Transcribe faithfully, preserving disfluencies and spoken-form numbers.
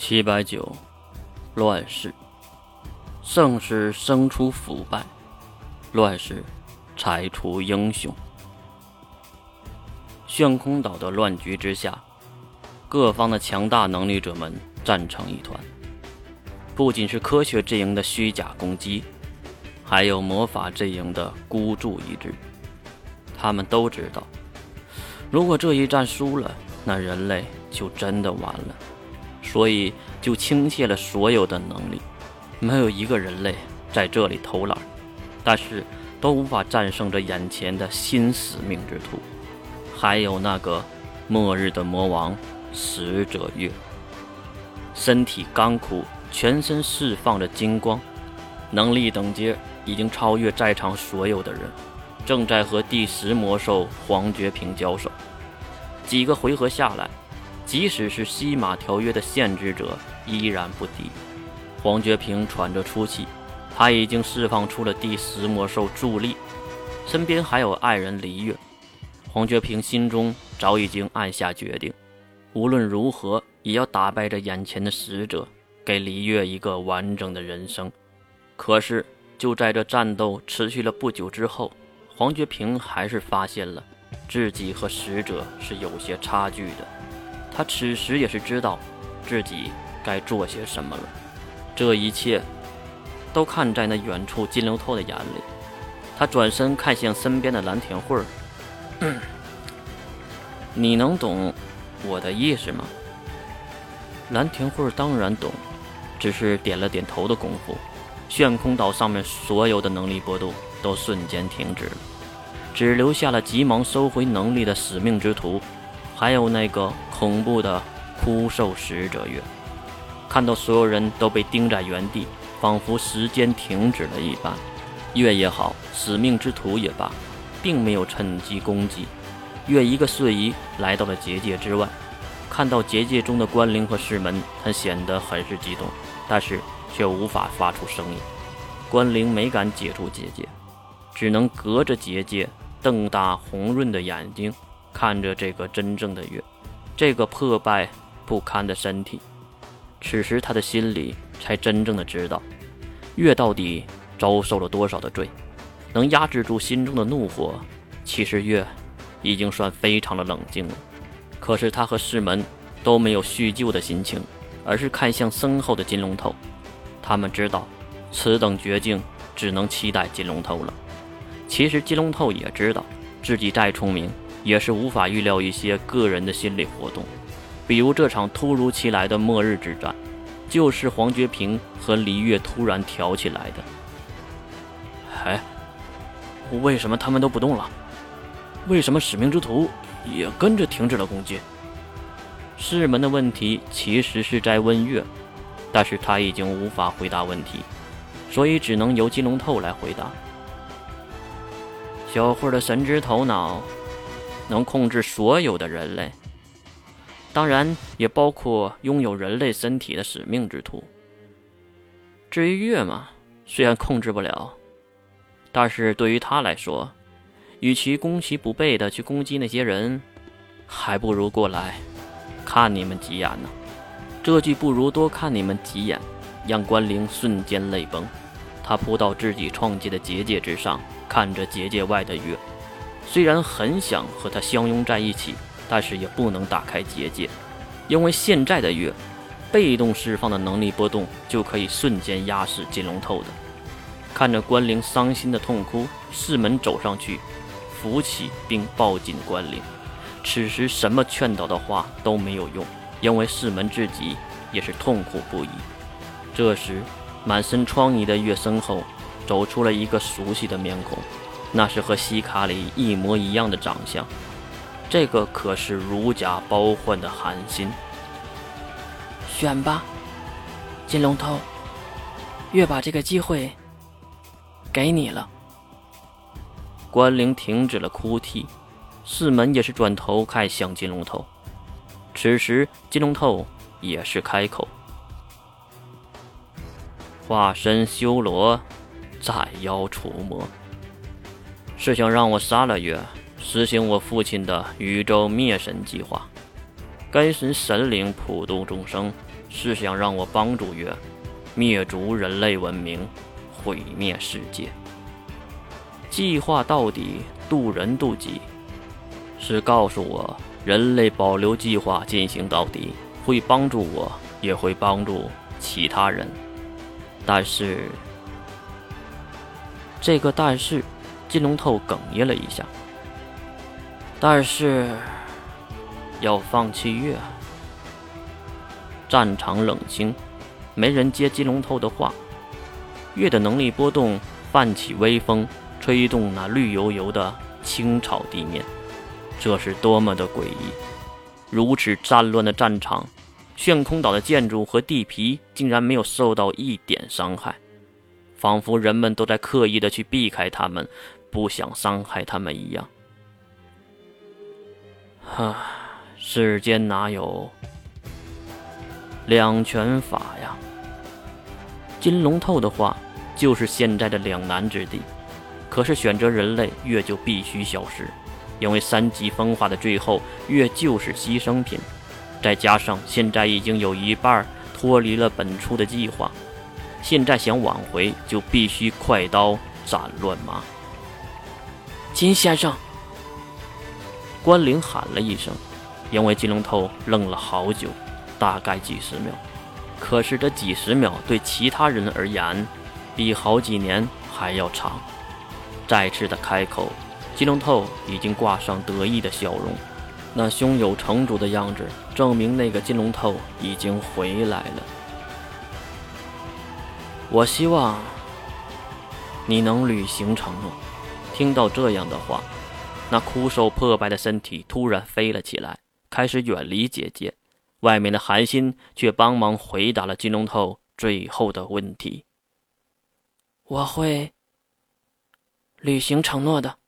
七百九，乱世。盛世生出腐败，乱世拆出英雄。悬空岛的乱局之下，各方的强大能力者们战成一团。不仅是科学阵营的虚假攻击，还有魔法阵营的孤注一掷。他们都知道，如果这一战输了，那人类就真的完了，所以就倾泻了所有的能力。没有一个人类在这里偷懒，但是都无法战胜这眼前的新使命之徒。还有那个末日的魔王使者月，身体干枯，全身释放着金光，能力等阶已经超越在场所有的人，正在和第十魔兽黄觉平交手。几个回合下来，即使是西马条约的限制者依然不敌。黄觉平喘着粗气，他已经释放出了第十魔兽助力，身边还有爱人离月。黄觉平心中早已经暗下决定，无论如何也要打败这眼前的使者，给离月一个完整的人生。可是就在这战斗持续了不久之后，黄觉平还是发现了自己和使者是有些差距的。他此时也是知道自己该做些什么了。这一切都看在那远处金流透的眼里。他转身看向身边的蓝田慧儿、嗯、你能懂我的意思吗？蓝田慧儿当然懂，只是点了点头的功夫，悬空岛上面所有的能力波动都瞬间停止了，只留下了急忙收回能力的使命之徒，还有那个恐怖的枯瘦使者月。看到所有人都被钉在原地，仿佛时间停止了一般。月也好，使命之徒也罢，并没有趁机攻击。月一个瞬移来到了结界之外，看到结界中的关灵和师门，他显得很是激动，但是却无法发出声音。关灵没敢解除结界，只能隔着结界瞪大红润的眼睛看着这个真正的月，这个破败不堪的身体。此时他的心里才真正的知道，月到底遭受了多少的罪。能压制住心中的怒火，其实月已经算非常的冷静了。可是他和师门都没有叙旧的心情，而是看向身后的金龙头。他们知道此等绝境只能期待金龙头了。其实金龙头也知道自己再聪明，也是无法预料一些个人的心理活动。比如这场突如其来的末日之战，就是黄觉平和黎月突然挑起来的。哎，为什么他们都不动了？为什么使命之徒也跟着停止了攻击？师门的问题其实是在问月，但是他已经无法回答问题，所以只能由金龙透来回答。小慧的神之头脑能控制所有的人类，当然也包括拥有人类身体的使命之徒。至于月嘛，虽然控制不了，但是对于他来说，与其攻其不备的去攻击那些人，还不如过来看你们几眼呢。这句不如多看你们几眼，让关灵瞬间泪崩。他扑到自己创建的结界之上，看着结界外的月，虽然很想和他相拥在一起，但是也不能打开结界，因为现在的月被动释放的能力波动就可以瞬间压死金龙头的。看着关灵伤心的痛哭，师门走上去扶起并抱紧关灵。此时什么劝导的话都没有用，因为师门自己也是痛苦不已。这时满身疮痍的月身后走出了一个熟悉的面孔，那是和西卡里一模一样的长相，这个可是如假包换的韩信。 选吧，金龙头，月把这个机会给你了。 关灵停止了哭泣，师门也是转头看向金龙头。此时金龙头也是开口，化身修罗，斩妖除魔，是想让我杀了月，实行我父亲的宇宙灭神计划。该神神灵普度众生， 是想让我帮助月灭逐人类文明，毁灭世界。计划到底渡人渡己，是告诉我人类保留计划进行到底，会帮助我，也会帮助其他人。但是这个但是金龙头哽咽了一下，但是要放弃月。战场冷清，没人接金龙头的话。月的能力波动泛起微风，吹动那绿油油的青草地面，这是多么的诡异！如此战乱的战场，炫空岛的建筑和地皮竟然没有受到一点伤害，仿佛人们都在刻意的去避开他们，不想伤害他们一样。哈，世间哪有两全法呀？金龙透的话就是现在的两难之地。可是选择人类，月就必须消失，因为三级风化的最后，月就是牺牲品。再加上现在已经有一半脱离了本初的计划，现在想挽回，就必须快刀斩乱麻。 金先生， 关灵喊了一声，因为金龙头愣了好久，大概几十秒。可是这几十秒对其他人而言，比好几年还要长。再次的开口，金龙头已经挂上得意的笑容，那胸有成竹的样子，证明那个金龙头已经回来了。我希望你能履行承诺。听到这样的话，那枯瘦破败的身体突然飞了起来，开始远离姐姐。外面的寒心却帮忙回答了金龙头最后的问题。 我会履行承诺的。